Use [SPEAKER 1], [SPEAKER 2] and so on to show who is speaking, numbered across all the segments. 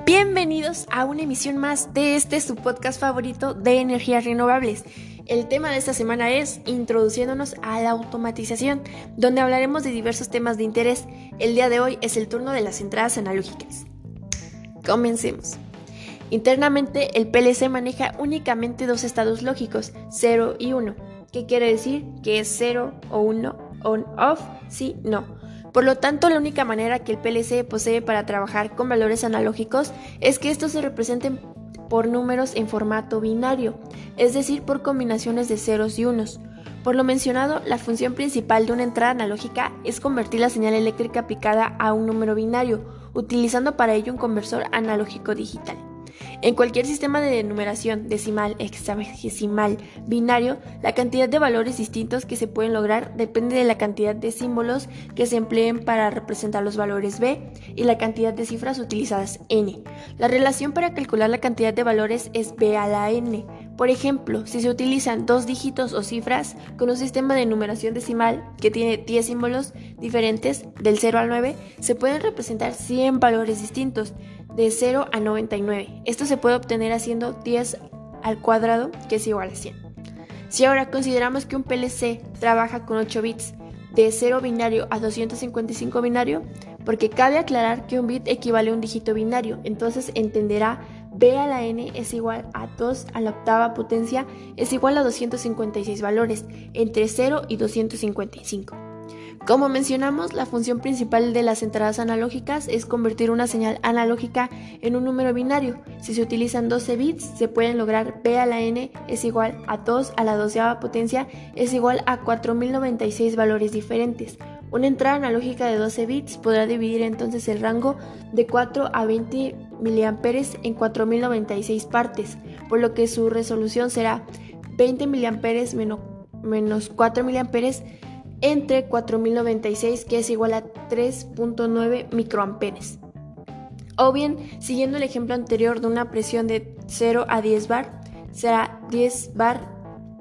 [SPEAKER 1] Bienvenidos a una emisión más de su podcast favorito de energías renovables. El tema de esta semana es introduciéndonos a la automatización, donde hablaremos de diversos temas de interés. El día de hoy es el turno de las entradas analógicas. Comencemos. Internamente, el PLC maneja únicamente dos estados lógicos, 0 y 1. ¿Qué quiere decir? Que es 0 o 1, on, off, sí, no. Por lo tanto, la única manera que el PLC posee para trabajar con valores analógicos es que estos se representen por números en formato binario, es decir, por combinaciones de ceros y unos. Por lo mencionado, la función principal de una entrada analógica es convertir la señal eléctrica aplicada a un número binario, utilizando para ello un conversor analógico digital. En cualquier sistema de numeración decimal, hexadecimal, binario, la cantidad de valores distintos que se pueden lograr depende de la cantidad de símbolos que se empleen para representar los valores b y la cantidad de cifras utilizadas n. La relación para calcular la cantidad de valores es b a la n. Por ejemplo, si se utilizan dos dígitos o cifras con un sistema de numeración decimal que tiene 10 símbolos diferentes, del 0 al 9, se pueden representar 100 valores distintos, de 0 a 99. Esto se puede obtener haciendo 10 al cuadrado, que es igual a 100. Si ahora consideramos que un PLC trabaja con 8 bits, de 0 binario a 255 binario, porque cabe aclarar que un bit equivale a un dígito binario, entonces entenderá b a la n es igual a 2 a la octava potencia es igual a 256 valores, entre 0 y 255. Como mencionamos, la función principal de las entradas analógicas es convertir una señal analógica en un número binario. Si se utilizan 12 bits, se pueden lograr b a la n es igual a 2 a la doceava potencia es igual a 4096 valores diferentes. Una entrada analógica de 12 bits podrá dividir entonces el rango de 4 a 20 mA en 4096 partes, por lo que su resolución será 20 mA menos 4 mA entre 4096, que es igual a 3.9 microamperes. O bien, siguiendo el ejemplo anterior de una presión de 0 a 10 bar, será 10 bar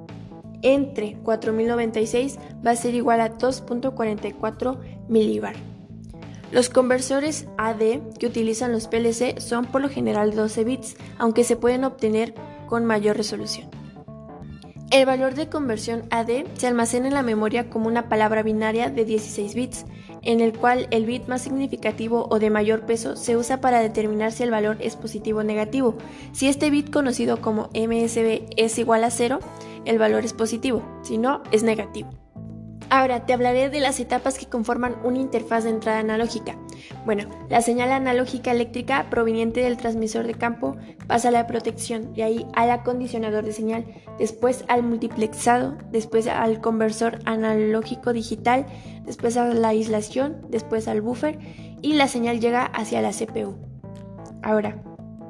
[SPEAKER 1] entre 4096 va a ser igual a 2.44 milibar. Los conversores AD que utilizan los PLC son por lo general de 12 bits, aunque se pueden obtener con mayor resolución. El valor de conversión AD se almacena en la memoria como una palabra binaria de 16 bits, en el cual el bit más significativo o de mayor peso se usa para determinar si el valor es positivo o negativo. Si este bit conocido como MSB es igual a 0, el valor es positivo, si no, es negativo. Ahora te hablaré de las etapas que conforman una interfaz de entrada analógica. Bueno, la señal analógica eléctrica proveniente del transmisor de campo pasa a la protección, de ahí al acondicionador de señal, después al multiplexado, después al conversor analógico digital, después a la aislación, después al buffer y la señal llega hacia la CPU. Ahora,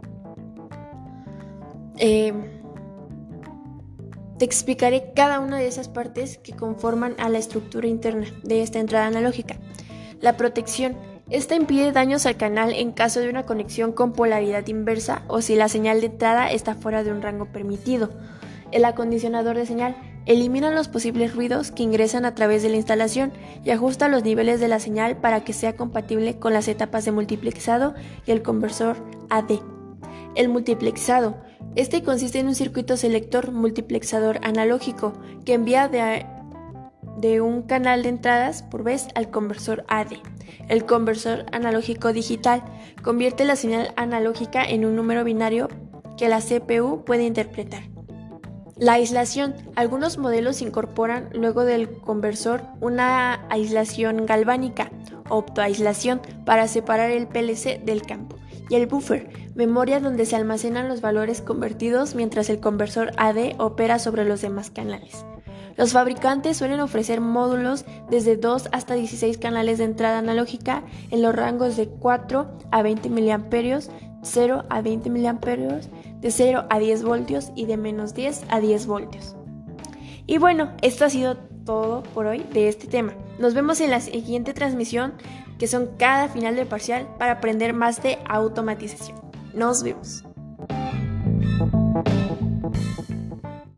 [SPEAKER 1] te explicaré cada una de esas partes que conforman a la estructura interna de esta entrada analógica. La protección. Esta impide daños al canal en caso de una conexión con polaridad inversa o si la señal de entrada está fuera de un rango permitido. El acondicionador de señal elimina los posibles ruidos que ingresan a través de la instalación y ajusta los niveles de la señal para que sea compatible con las etapas de multiplexado y el conversor AD. El multiplexado. Este consiste en un circuito selector multiplexador analógico que envía de un canal de entradas por vez al conversor AD. El conversor analógico digital convierte la señal analógica en un número binario que la CPU puede interpretar. La aislación. Algunos modelos incorporan luego del conversor una aislación galvánica, optoaislación, para separar el PLC del campo. Y el buffer, memoria donde se almacenan los valores convertidos mientras el conversor AD opera sobre los demás canales. Los fabricantes suelen ofrecer módulos desde 2 hasta 16 canales de entrada analógica en los rangos de 4 a 20 mA, 0 a 20 mA, de 0 a 10 voltios y de menos 10 a 10 voltios. Y bueno, esto ha sido todo por hoy de este tema. Nos vemos en la siguiente transmisión, que son cada final de parcial, para aprender más de automatización. Nos vemos.